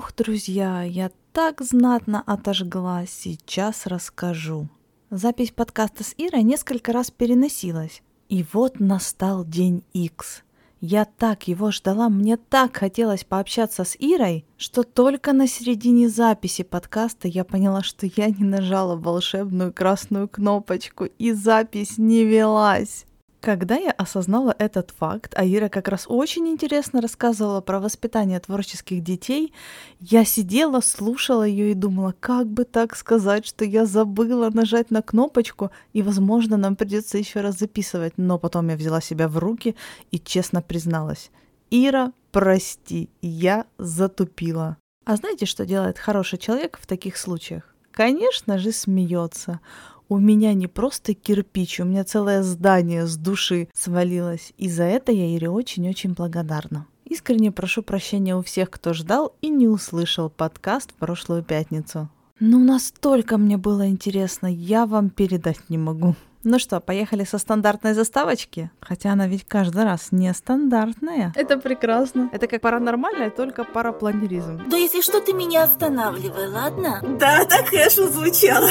Ох, друзья, я так знатно отожгла, сейчас расскажу. Запись подкаста с Ирой несколько раз переносилась. И вот настал день Икс. Я так его ждала, мне так хотелось пообщаться с Ирой, что только на середине записи подкаста я поняла, что я не нажала волшебную красную кнопочку, и запись не велась. Когда я осознала этот факт, а Ира как раз очень интересно рассказывала про воспитание творческих детей, я сидела, слушала ее и думала, как бы так сказать, что я забыла нажать на кнопочку, и, возможно, нам придется еще раз записывать. Но потом я взяла себя в руки и честно призналась. Ира, прости, я затупила. А знаете, что делает хороший человек в таких случаях? Конечно же, смеется. У меня не просто кирпич, у меня целое здание с души свалилось. И за это я Ире очень-очень благодарна. Искренне прошу прощения у всех, кто ждал и не услышал подкаст в прошлую пятницу. Ну, настолько мне было интересно, я вам передать не могу. Ну что, поехали со стандартной заставочки? Хотя она ведь каждый раз нестандартная. Это прекрасно. Это как паранормальное, только парапланеризм. Да если что, ты меня останавливай, ладно? Да, так хорошо звучало.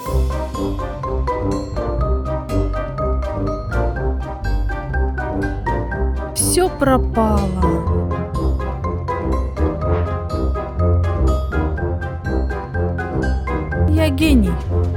Все пропало. Я гений.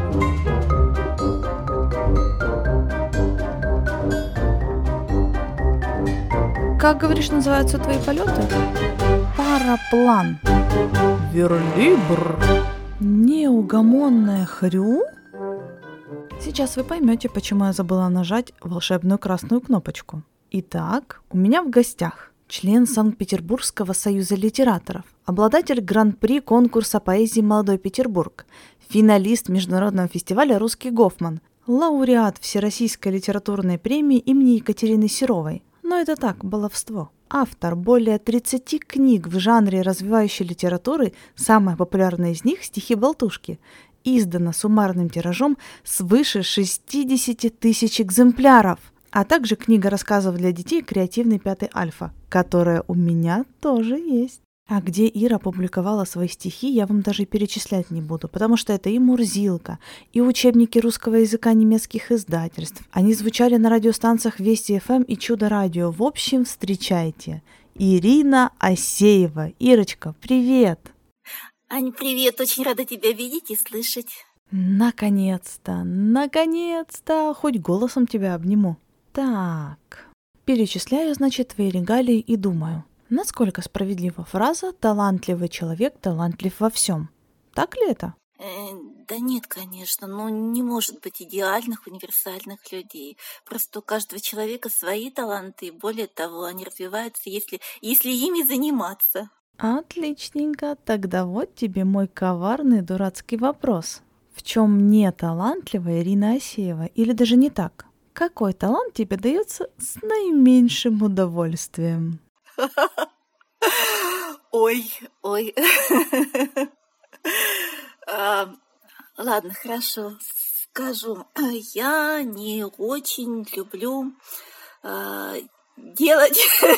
Как, говоришь, называются твои полеты? Параплан. Верлибр. Неугомонная хрю? Сейчас вы поймете, почему я забыла нажать волшебную красную кнопочку. Итак, у меня в гостях член Санкт-Петербургского союза литераторов, обладатель гран-при конкурса поэзии «Молодой Петербург», финалист международного фестиваля «Русский Гофман», лауреат Всероссийской литературной премии имени Екатерины Серовой. Но это так, баловство. Автор более 30 книг в жанре развивающей литературы, самая популярная из них – «Стихи-болтушки», издана суммарным тиражом свыше 60 тысяч экземпляров, а также книга рассказов для детей «Креативный пятый альфа», которая у меня тоже есть. А где Ира публиковала свои стихи, я вам даже перечислять не буду, потому что это и «Мурзилка», и учебники русского языка немецких издательств. Они звучали на радиостанциях Вести ФМ и Чудо Радио. В общем, встречайте. Ирина Асеева. Ирочка, привет! Ань, привет, очень рада тебя видеть и слышать. Наконец-то, хоть голосом тебя обниму. Так, перечисляю, значит, твои регалии и думаю. Насколько справедлива фраза «талантливый человек талантлив во всем». Так ли это? Да нет, конечно, не может быть идеальных, универсальных людей. Просто у каждого человека свои таланты, и более того, они развиваются, если ими заниматься. Отличненько, тогда вот тебе мой коварный дурацкий вопрос. В чем не талантливая Ирина Асеева? Или даже не так? Какой талант тебе дается с наименьшим удовольствием? Ой. Ладно, хорошо, скажу. Я не очень люблю делать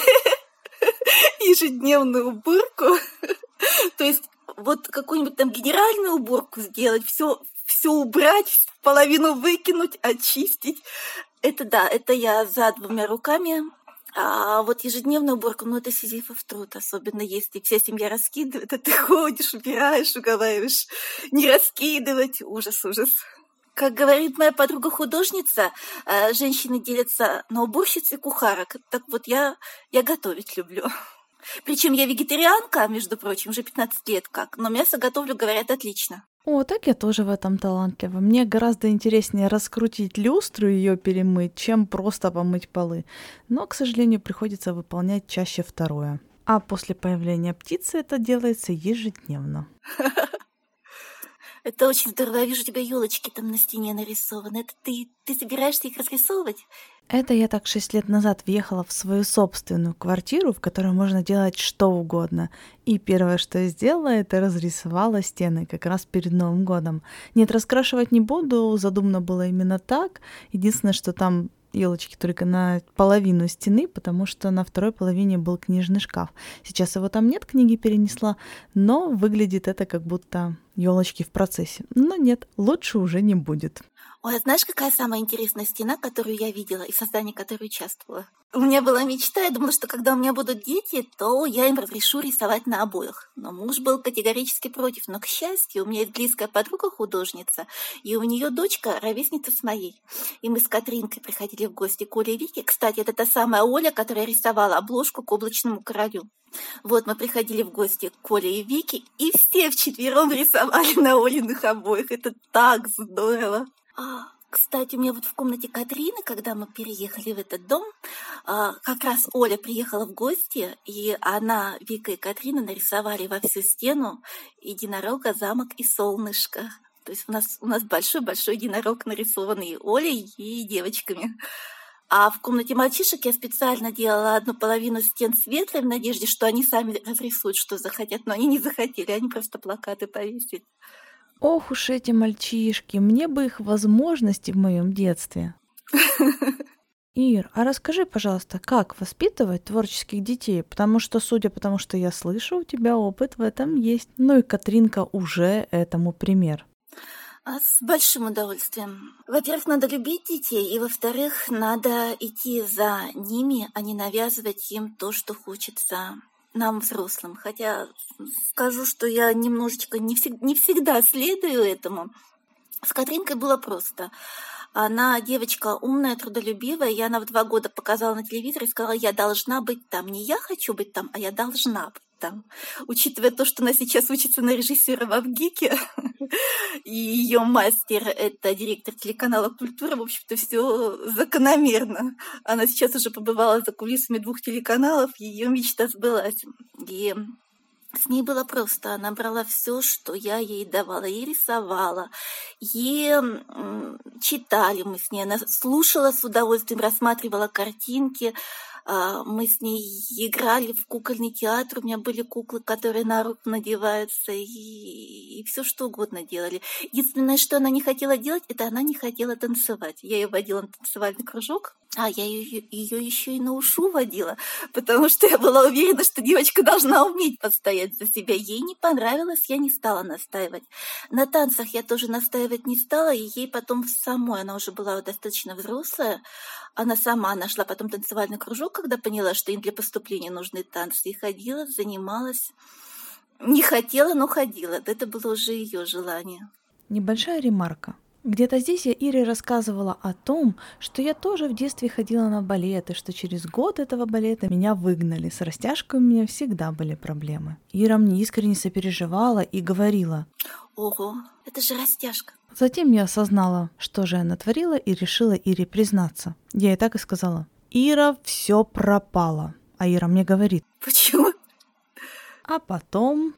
ежедневную уборку. То есть вот какую-нибудь там генеральную уборку сделать, все убрать, половину выкинуть, очистить. Это да, это я за двумя руками. А вот ежедневную уборку, это сизифов труд, особенно если вся семья раскидывает, а ты ходишь, убираешь, уговариваешь не раскидывать. Ужас. Как говорит моя подруга-художница, женщины делятся на уборщиц и кухарок. Так вот, я готовить люблю. Причем я вегетарианка, между прочим, уже 15 лет как, но мясо готовлю, говорят, отлично. О, так я тоже в этом талантлива. Мне гораздо интереснее раскрутить люстру и ее перемыть, чем просто помыть полы. Но, к сожалению, приходится выполнять чаще второе. А после появления птицы это делается ежедневно. Это очень здорово. Я вижу, у тебя елочки там на стене нарисованы. Это ты собираешься их разрисовывать? Это я так 6 лет назад въехала в свою собственную квартиру, в которой можно делать что угодно. И первое, что я сделала, это разрисовала стены как раз перед Новым годом. Нет, раскрашивать не буду, задумано было именно так. Единственное, что там елочки только на половину стены, потому что на второй половине был книжный шкаф. Сейчас его там нет, книги перенесла, но выглядит это как будто елочки в процессе. Но нет, лучше уже не будет. Ой, а знаешь, какая самая интересная стена, которую я видела и в создании которой участвовала? У меня была мечта, я думала, что когда у меня будут дети, то я им разрешу рисовать на обоях. Но муж был категорически против. Но, к счастью, у меня есть близкая подруга художница, и у нее дочка ровесница с моей. И мы с Катринкой приходили в гости к Оле и Вике. Кстати, это та самая Оля, которая рисовала обложку к «Облачному королю». Вот мы приходили в гости к Оле и Вике, и все вчетвером рисовали на Олиных обоях. Это так здорово! Кстати, у меня вот в комнате Катрины, когда мы переехали в этот дом, как раз Оля приехала в гости, и она, Вика и Катрина нарисовали во всю стену единорога, замок и солнышко. То есть у нас большой-большой единорог, нарисованный Олей и девочками. А в комнате мальчишек я специально делала одну половину стен светлой в надежде, что они сами разрисуют, что захотят. Но они не захотели, они просто плакаты повесили. Ох уж эти мальчишки, мне бы их возможности в моем детстве. Ир, а расскажи, пожалуйста, как воспитывать творческих детей? Потому что, судя по тому, что я слышу, у тебя опыт в этом есть. Ну и Катринка уже этому пример. С большим удовольствием. Во-первых, надо любить детей, и во-вторых, надо идти за ними, а не навязывать им то, что хочется нам, взрослым. Хотя скажу, что я немножечко не всегда следую этому. С Катринкой было просто. Она девочка умная, трудолюбивая, и она в 2 года показала на телевизоре и сказала: я должна быть там. Не я хочу быть там, а я должна быть там. Учитывая то, что она сейчас учится на режиссера в ВГИКе, и ее мастер — это директор телеканала «Культура», в общем-то, все закономерно. Она сейчас уже побывала за кулисами 2 телеканалов, ее мечта сбылась. И с ней было просто. Она брала все, что я ей давала, и рисовала, и читали мы с ней. Она слушала с удовольствием, рассматривала картинки. Мы с ней играли в кукольный театр. У меня были куклы, которые на руку надеваются, и все что угодно делали. Единственное, что она не хотела делать, это она не хотела танцевать. Я ее водила на танцевальный кружок, а я ее еще и на ушу водила, потому что я была уверена, что девочка должна уметь постоять за себя. Ей не понравилось, я не стала настаивать. На танцах я тоже настаивать не стала, и ей потом самой, она уже была достаточно взрослая, она сама нашла потом танцевальный кружок, когда поняла, что им для поступления нужны танцы, и ходила, занималась. Не хотела, но ходила. Это было уже ее желание. Небольшая ремарка. Где-то здесь я Ире рассказывала о том, что я тоже в детстве ходила на балет, и что через год этого балета меня выгнали. С растяжкой у меня всегда были проблемы. Ира мне искренне сопереживала и говорила: ого, это же растяжка. Затем я осознала, что же я натворила, и решила Ире признаться. Я ей так и сказала: Ира, все пропало. А Ира мне говорит: почему? А потом...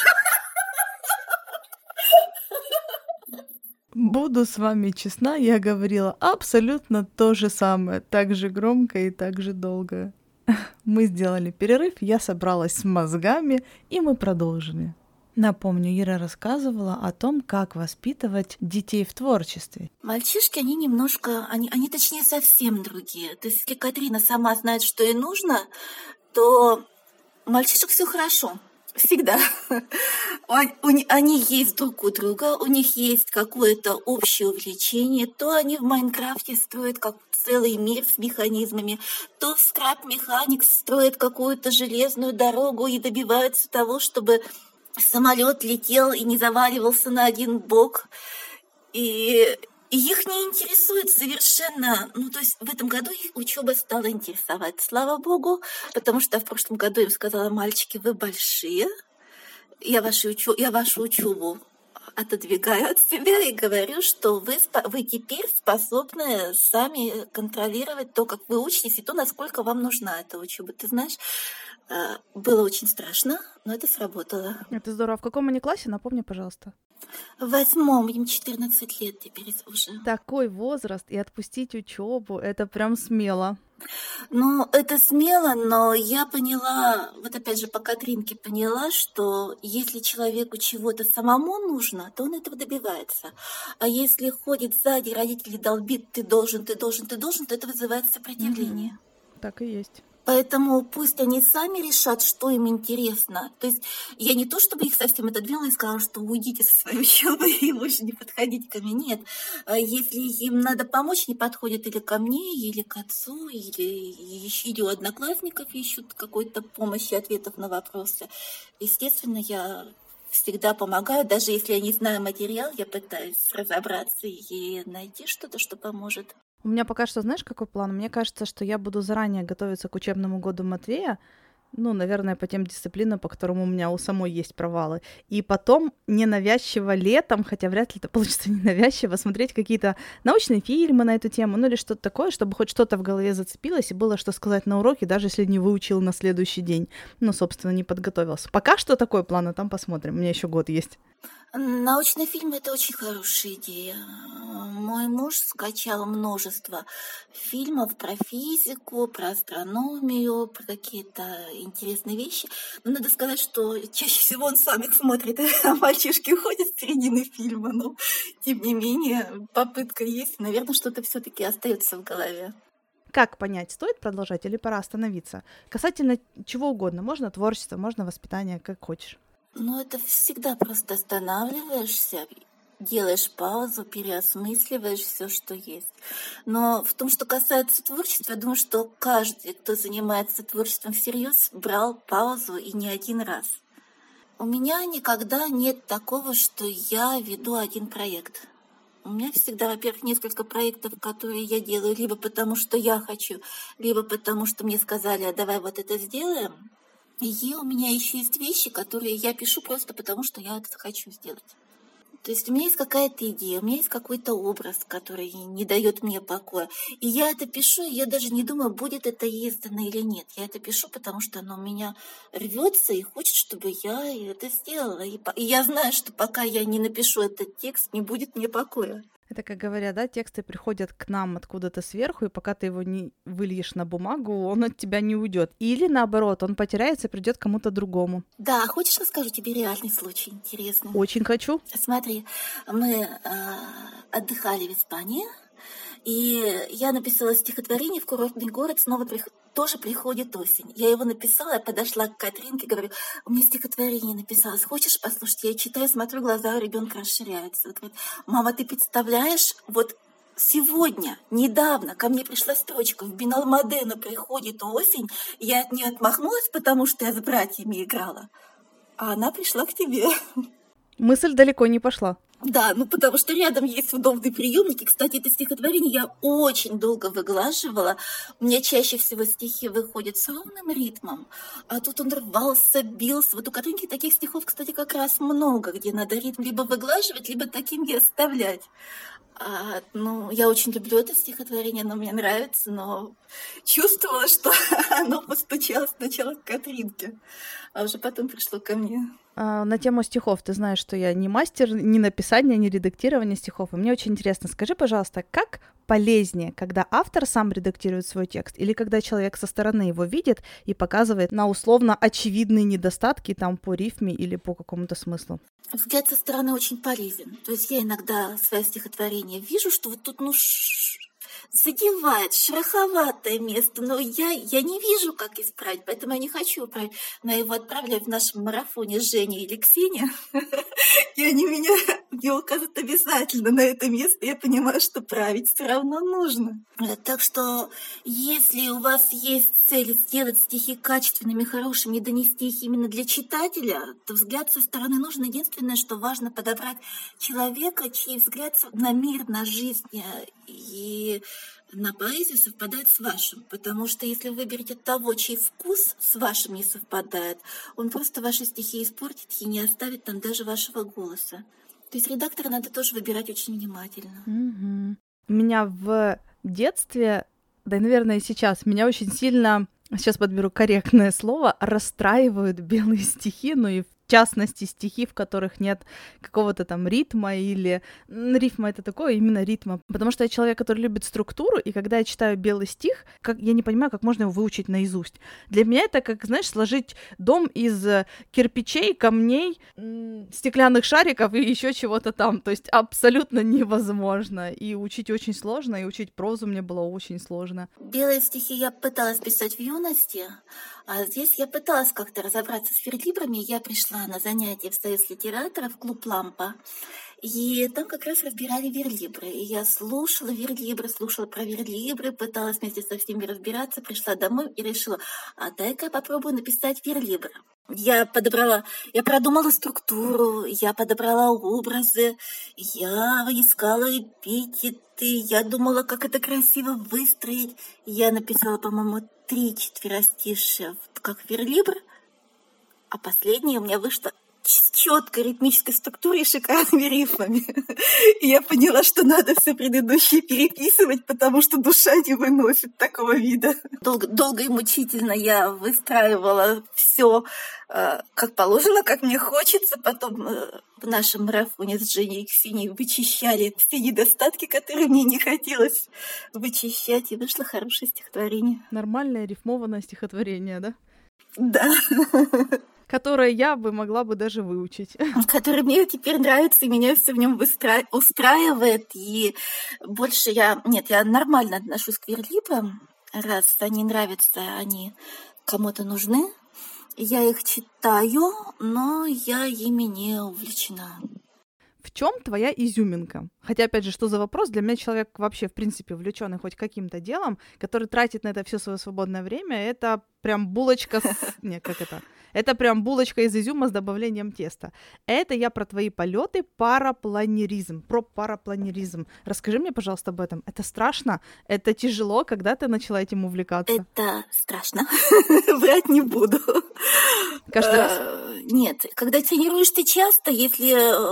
Буду с вами честна, я говорила абсолютно то же самое, так же громко и так же долго. Мы сделали перерыв, я собралась с мозгами, и мы продолжили. Напомню, Ира рассказывала о том, как воспитывать детей в творчестве. Мальчишки, они немножко, они точнее совсем другие. То есть, если Катрина сама знает, что ей нужно, то у мальчишек все хорошо. Всегда. Они есть друг у друга, у них есть какое-то общее увлечение. То они в Майнкрафте строят как целый мир с механизмами, то в Scrap Mechanics строят какую-то железную дорогу и добиваются того, чтобы самолет летел и не заваливался на один бок. И их не интересует совершенно, то есть в этом году их учеба стала интересовать, слава богу, потому что в прошлом году им сказала: мальчики, вы большие, я вашу учебу отодвигаю от себя и говорю, что вы теперь способны сами контролировать то, как вы учитесь, и то, насколько вам нужна эта учеба. Ты знаешь, было очень страшно, но это сработало. Это здорово. В каком они классе? Напомни, пожалуйста. В 8, им 14 лет теперь уже. Такой возраст, и отпустить учебу — это прям смело. Ну, это смело, но я поняла, вот опять же по Катринке поняла, что если человеку чего-то самому нужно, то он этого добивается. А если ходит сзади, родители долбит, ты должен, ты должен, ты должен, то это вызывает сопротивление. Так и есть. Поэтому пусть они сами решат, что им интересно. То есть я не то, чтобы их совсем отодвинула и сказала, что уйдите со своей учебы и больше не подходите ко мне. Нет. Если им надо помочь, не подходят или ко мне, или к отцу, или у одноклассников ищут какой-то помощи, ответов на вопросы. Естественно, я всегда помогаю, даже если я не знаю материал, я пытаюсь разобраться и найти что-то, что поможет. У меня пока что, знаешь, какой план? Мне кажется, что я буду заранее готовиться к учебному году Матвея, наверное, по тем дисциплинам, по которым у меня у самой есть провалы. И потом ненавязчиво летом, хотя вряд ли это получится ненавязчиво, смотреть какие-то научные фильмы на эту тему, или что-то такое, чтобы хоть что-то в голове зацепилось и было что сказать на уроке, даже если не выучил на следующий день. Собственно, не подготовился. Пока что такой план, а там посмотрим. У меня еще год есть. Научный фильм — это очень хорошая идея. Мой муж скачал множество фильмов про физику, про астрономию, про какие-то интересные вещи. Но надо сказать, что чаще всего он сам их смотрит, а мальчишки уходят с середины фильма. Но, тем не менее, попытка есть. Наверное, что-то все-таки остается в голове. Как понять, стоит продолжать или пора остановиться? Касательно чего угодно. Можно творчество, можно воспитание, как хочешь. Это всегда просто останавливаешься, делаешь паузу, переосмысливаешь все, что есть. Но в том, что касается творчества, я думаю, что каждый, кто занимается творчеством всерьез, брал паузу и не один раз. У меня никогда нет такого, что я веду один проект. У меня всегда, во-первых, несколько проектов, которые я делаю либо потому, что я хочу, либо потому, что мне сказали, а давай вот это сделаем. И у меня еще есть вещи, которые я пишу просто потому, что я это хочу сделать. То есть у меня есть какая-то идея, у меня есть какой-то образ, который не дает мне покоя. И я это пишу, и я даже не думаю, будет это издано или нет. Я это пишу, потому что оно у меня рвется и хочет, чтобы я это сделала. И я знаю, что пока я не напишу этот текст, не будет мне покоя. Это, как говорят, да, тексты приходят к нам откуда-то сверху, и пока ты его не выльешь на бумагу, он от тебя не уйдет. Или наоборот, он потеряется и придет кому-то другому. Да, хочешь, расскажу тебе реальный случай интересный? Очень хочу. Смотри, мы отдыхали в Испании, и я написала стихотворение «В курортный город снова тоже приходит осень». Я его написала, я подошла к Катринке, говорю, у меня стихотворение написалось, хочешь послушать? Я читаю, смотрю, глаза у ребенка расширяются. Вот говорит, мама, ты представляешь, вот сегодня, недавно ко мне пришла строчка «В Беналмадена приходит осень», я от нее отмахнулась, потому что я с братьями играла, а она пришла к тебе. Мысль далеко не пошла. Да, потому что рядом есть удобные приемники. Кстати, это стихотворение я очень долго выглаживала. У меня чаще всего стихи выходят с ровным ритмом, а тут он рвался, бился. Вот у Катринки таких стихов, кстати, как раз много, где надо ритм либо выглаживать, либо таким и оставлять. Я очень люблю это стихотворение, оно мне нравится, но чувствовала, что оно постучало сначала к Катринке, а уже потом пришло ко мне. На тему стихов, ты знаешь, что я не мастер ни написания, ни редактирования стихов, и мне очень интересно, скажи, пожалуйста, как полезнее, когда автор сам редактирует свой текст, или когда человек со стороны его видит и показывает на условно очевидные недостатки там по рифме или по какому-то смыслу? Взгляд со стороны очень полезен. То есть я иногда свое стихотворение вижу, что вот тут, задевает шероховатое место, но я не вижу, как исправить, поэтому я не хочу исправить, но я его отправляю в нашем марафоне Женя или Ксения, и они мне указывают обязательно на это место, я понимаю, что править все равно нужно. Так что, если у вас есть цель сделать стихи качественными, хорошими и донести их именно для читателя, то взгляд со стороны нужен. Единственное, что важно подобрать человека, чей взгляд на мир, на жизнь и на поэзию совпадает с вашим. Потому что если вы выберете того, чей вкус с вашим не совпадает, он просто ваши стихи испортит и не оставит там даже вашего голоса. То есть редактора надо тоже выбирать очень внимательно. У меня в детстве, да и, наверное, и сейчас, меня очень сильно, сейчас подберу корректное слово, расстраивают белые стихи, и в частности, стихи, в которых нет какого-то там ритма или... Рифма — это такое, именно ритма. Потому что я человек, который любит структуру, и когда я читаю белый стих, я не понимаю, как можно его выучить наизусть. Для меня это как, знаешь, сложить дом из кирпичей, камней, стеклянных шариков и еще чего-то там. То есть абсолютно невозможно. И учить очень сложно, и учить прозу мне было очень сложно. Белые стихи я пыталась писать в юности, а здесь я пыталась как-то разобраться с верлибрами. Я пришла на занятия в Союз литераторов, в клуб «Лампа», и там как раз разбирали верлибры. И я слушала верлибры, слушала про верлибры, пыталась вместе со всеми разбираться, пришла домой и решила, а дай-ка я попробую написать верлибр. Я продумала структуру, я подобрала образы, я искала эпитеты, я думала, как это красиво выстроить. Я написала, по-моему, 3 четверостишия как верлибр, а последнее у меня вышло с четкой ритмической структурой и шикарными рифмами. И я поняла, что надо все предыдущее переписывать, потому что душа не выносит такого вида. Долго и мучительно я выстраивала все как положено, как мне хочется. Потом в нашем марафоне с Женей и Ксенией вычищали все недостатки, которые мне не хотелось вычищать, и вышло хорошее стихотворение. Нормальное рифмованное стихотворение, да? Да. Которое я бы могла бы даже выучить. Который мне теперь нравится, и меня все в нем устраивает. И больше я нормально отношусь к верлибрам. Раз они нравятся, они кому-то нужны. Я их читаю, но я ими не увлечена. В чем твоя изюминка? Хотя, опять же, что за вопрос? Для меня человек вообще, в принципе, увлеченный хоть каким-то делом, который тратит на это все свое свободное время, это прям булочка Это прям булочка из изюма с добавлением теста. Это я про твои полеты, про парапланеризм. Расскажи мне, пожалуйста, об этом. Это страшно? Это тяжело? Когда ты начала этим увлекаться? Это страшно. Врать не буду. Каждый раз? Нет. Когда тренируешь ты часто, если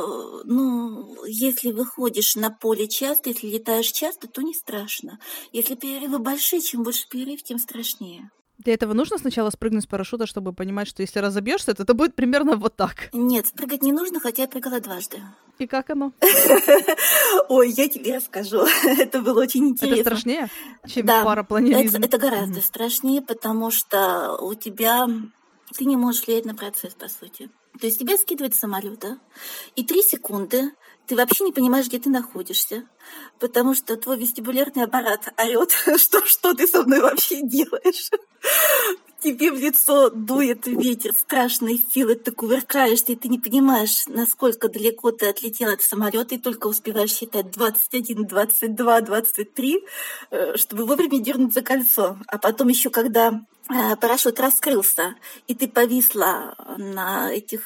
выходишь на поле часто, если летаешь часто, то не страшно. Если перерывы большие, чем больше перерыв, тем страшнее. Для этого нужно сначала спрыгнуть с парашюта, чтобы понимать, что если разобьешься, то это будет примерно вот так. Нет, спрыгать не нужно, хотя я прыгала дважды. И как оно? Ой, я тебе расскажу. Это было очень интересно. Это страшнее, чем парапланеризм? Это гораздо страшнее, потому что ты не можешь влиять на процесс, по сути. То есть тебя скидывают с самолета, и 3 секунды ты вообще не понимаешь, где ты находишься, потому что твой вестибулярный аппарат орёт, что ты со мной вообще делаешь. Тебе в лицо дует ветер страшной силы, ты кувыркаешься, и ты не понимаешь, насколько далеко ты отлетел от самолета, и только успеваешь считать 21, 22, 23, чтобы вовремя дернуть за кольцо. А потом еще, когда парашют раскрылся, и ты повисла на этих...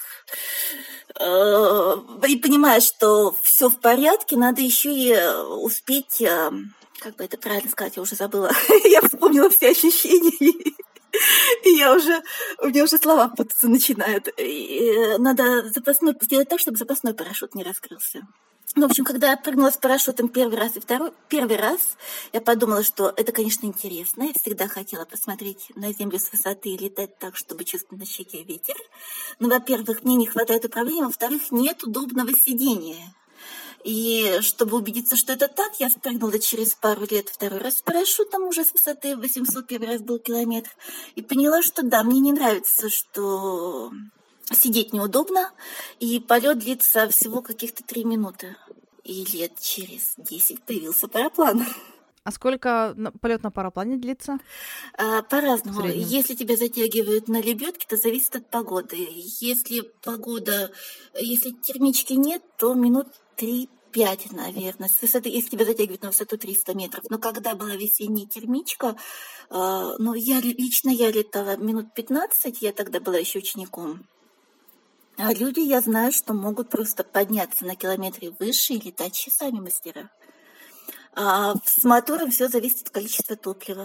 и понимаешь, что все в порядке, надо еще и успеть... Как бы это правильно сказать, я уже забыла. Я вспомнила все ощущения. И у меня уже слова путаться начинают. И надо сделать так, чтобы запасной парашют не раскрылся. В общем, когда я прыгнула с парашютом первый раз, я подумала, что это, конечно, интересно. Я всегда хотела посмотреть на землю с высоты и летать так, чтобы чувствовать на щеке ветер. Но, во-первых, мне не хватает управления, во-вторых, нет удобного сидения. И чтобы убедиться, что это так, я спрыгнула через пару лет 2 раз с парашютом уже с высоты 800, первый раз был километр, и поняла, что да, мне не нравится, что сидеть неудобно, и полет длится всего каких-то 3 минуты. И лет через 10 появился параплан. А сколько полет на параплане длится? По-разному. Если тебя затягивают на лебедке, то зависит от погоды. Если термички нет, то минут 3-5, наверное. С высоты, если тебя затягивают на высоту 300 метров. Но когда была весенняя термичка, я летала минут 15, я тогда была еще учеником. А люди, я знаю, что могут просто подняться на километре выше и летать часами, мастера. А с мотором все зависит от количества топлива.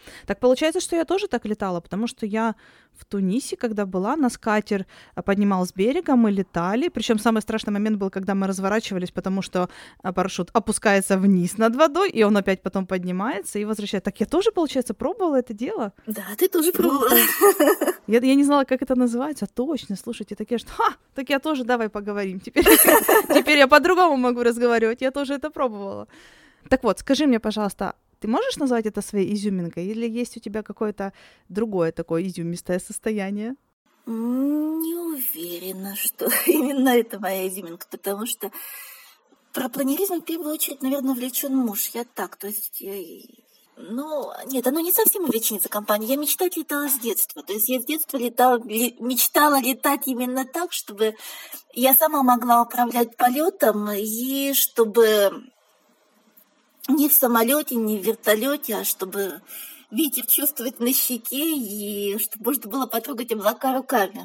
Так получается, что я тоже так летала, потому что я в Тунисе, когда была, нас катер поднимал с берега, мы летали. Причем самый страшный момент был, когда мы разворачивались, потому что парашют опускается вниз над водой, и он опять потом поднимается и возвращается. Так я тоже, получается, пробовала это дело? Да, ты тоже пробовала. Я не знала, как это называется. Точно, слушайте, такие, что так я тоже, давай поговорим. Теперь я по-другому могу разговаривать, я тоже это пробовала. Так вот, скажи мне, пожалуйста, ты можешь назвать это своей изюминкой? Или есть у тебя какое-то другое такое изюмистое состояние? Не уверена, что именно это моя изюминка, потому что про планеризм в первую очередь, наверное, увлечен муж. Я так, то есть... Ну, нет, оно не совсем увлечение компанией. Я мечтать летала с детства. То есть я с детства мечтала летать именно так, чтобы я сама могла управлять полетом, и чтобы не в самолете, не в вертолете, а чтобы ветер чувствовать на щеке, и чтобы можно было потрогать облака руками.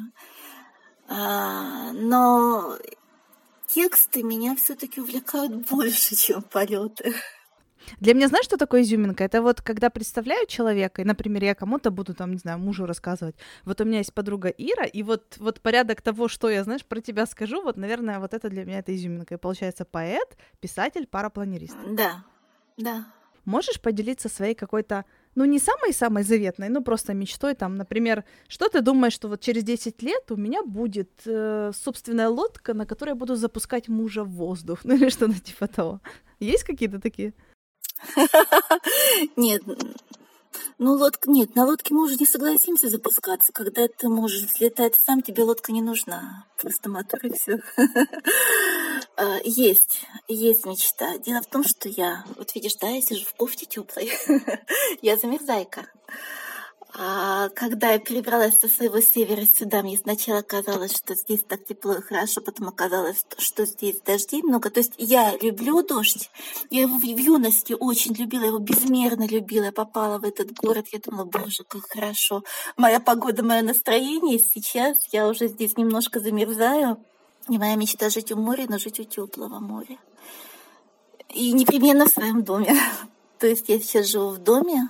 Но тексты меня все-таки увлекают больше, чем полеты. Для меня, знаешь, что такое изюминка? Это вот когда представляю человека, и, например, я кому-то буду, там, не знаю, мужу рассказывать. Вот у меня есть подруга Ира, и вот порядок того, что я, знаешь, про тебя скажу, вот, наверное, вот это для меня это изюминка. И получается поэт, писатель, парапланерист. Да. Можешь поделиться своей какой-то, ну, не самой-самой заветной, ну, просто мечтой, там, например, что ты думаешь, что вот через 10 лет у меня будет собственная лодка, на которой я буду запускать мужа в воздух, ну, или что-то типа того. Есть какие-то такие? Нет, на лодке мы уже не согласимся запускаться. Когда ты можешь взлетать сам, тебе лодка не нужна. Просто мотор и все. Есть мечта. Дело в том, что вот видишь, да, я сижу в кофте теплой. Я замерзайка. А когда я перебралась со своего севера сюда, мне сначала казалось, что здесь так тепло и хорошо, потом оказалось, что здесь дождей много. То есть я люблю дождь, я его в юности очень любила, его безмерно любила. Я попала в этот город, я думала, боже, как хорошо. Моя погода, мое настроение. Сейчас я уже здесь немножко замерзаю. И моя мечта жить у моря, но жить у теплого моря. И непременно в своем доме. То есть я сейчас живу в доме,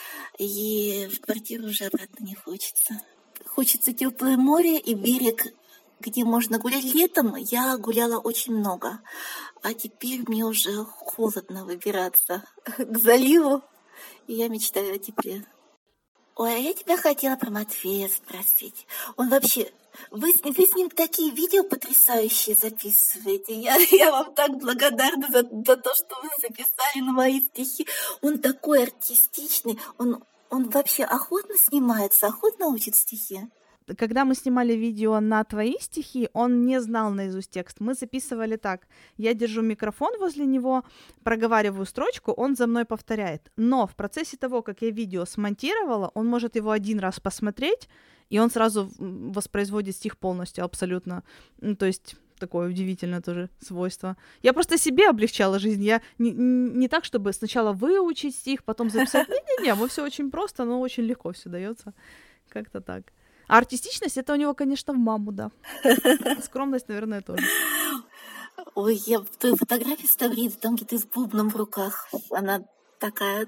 и в квартиру уже обратно не хочется. Хочется теплое море и берег, где можно гулять. Летом я гуляла очень много, а теперь мне уже холодно выбираться к заливу, и я мечтаю о тепле. Ой, а я тебя хотела про Матвея спросить. Он вообще... Вы с ним такие видео потрясающие записываете. Я вам так благодарна за то, что вы записали на мои стихи. Он такой артистичный. Он вообще охотно снимается, охотно учит стихи. Когда мы снимали видео на твои стихи, он не знал наизусть текст. Мы записывали так. Я держу микрофон возле него, проговариваю строчку, он за мной повторяет. Но в процессе того, как я видео смонтировала, он может его один раз посмотреть, и он сразу воспроизводит стих полностью, абсолютно. То есть такое удивительное тоже свойство. Я просто себе облегчала жизнь. Я не так, чтобы сначала выучить стих, потом записать. Не-не-не, мы все очень просто, но очень легко все дается. Как-то так. А артистичность, это у него, конечно, в маму, да. Скромность, наверное, тоже. Ой, я в той фотографии ставрит, там, где ты с бубном в руках. Она такая.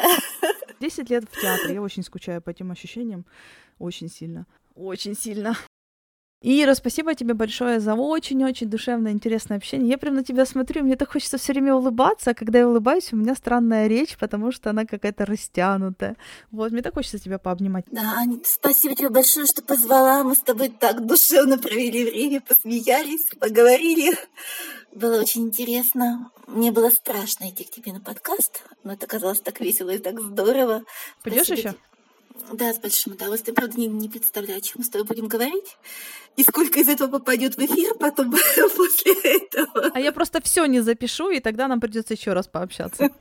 10 лет в театре. Я очень скучаю по этим ощущениям. Очень сильно. Очень сильно. Ира, спасибо тебе большое за очень-очень душевное, интересное общение. Я прям на тебя смотрю, мне так хочется все время улыбаться, а когда я улыбаюсь, у меня странная речь, потому что она какая-то растянутая. Вот, мне так хочется тебя пообнимать. Да, Аня, спасибо тебе большое, что позвала. Мы с тобой так душевно провели время, посмеялись, поговорили. Было очень интересно. Мне было страшно идти к тебе на подкаст, но это казалось так весело и так здорово. Пойдешь еще? Да, с большим удовольствием. Правда, не представляю, о чем мы с тобой будем говорить. И сколько из этого попадет в эфир потом после этого. А я просто все не запишу, и тогда нам придется еще раз пообщаться.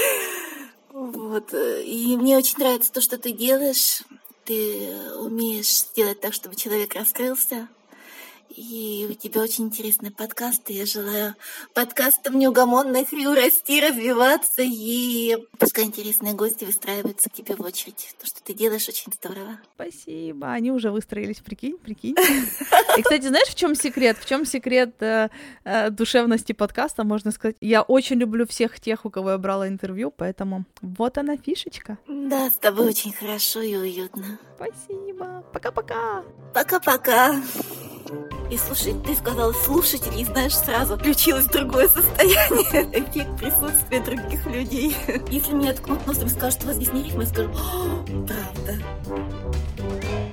Вот. И мне очень нравится то, что ты делаешь. Ты умеешь сделать так, чтобы человек раскрылся. И у тебя очень интересный подкаст, и я желаю подкастам «Неугомонная Хрю» расти, развиваться, и пускай интересные гости выстраиваются к тебе в очередь. То, что ты делаешь, очень здорово. Спасибо, они уже выстроились, прикинь. И, кстати, знаешь, в чем секрет? В чем секрет душевности подкаста, можно сказать? Я очень люблю всех тех, у кого я брала интервью, поэтому вот она фишечка. Да, с тобой очень хорошо и уютно. Спасибо. Пока-пока. Пока-пока. И слушай, ты сказал слушатель, и знаешь, сразу включилось другое состояние, эффект присутствия других людей. Если меня ткнут носом и скажут, что у вас здесь не рифма, я скажу: правда.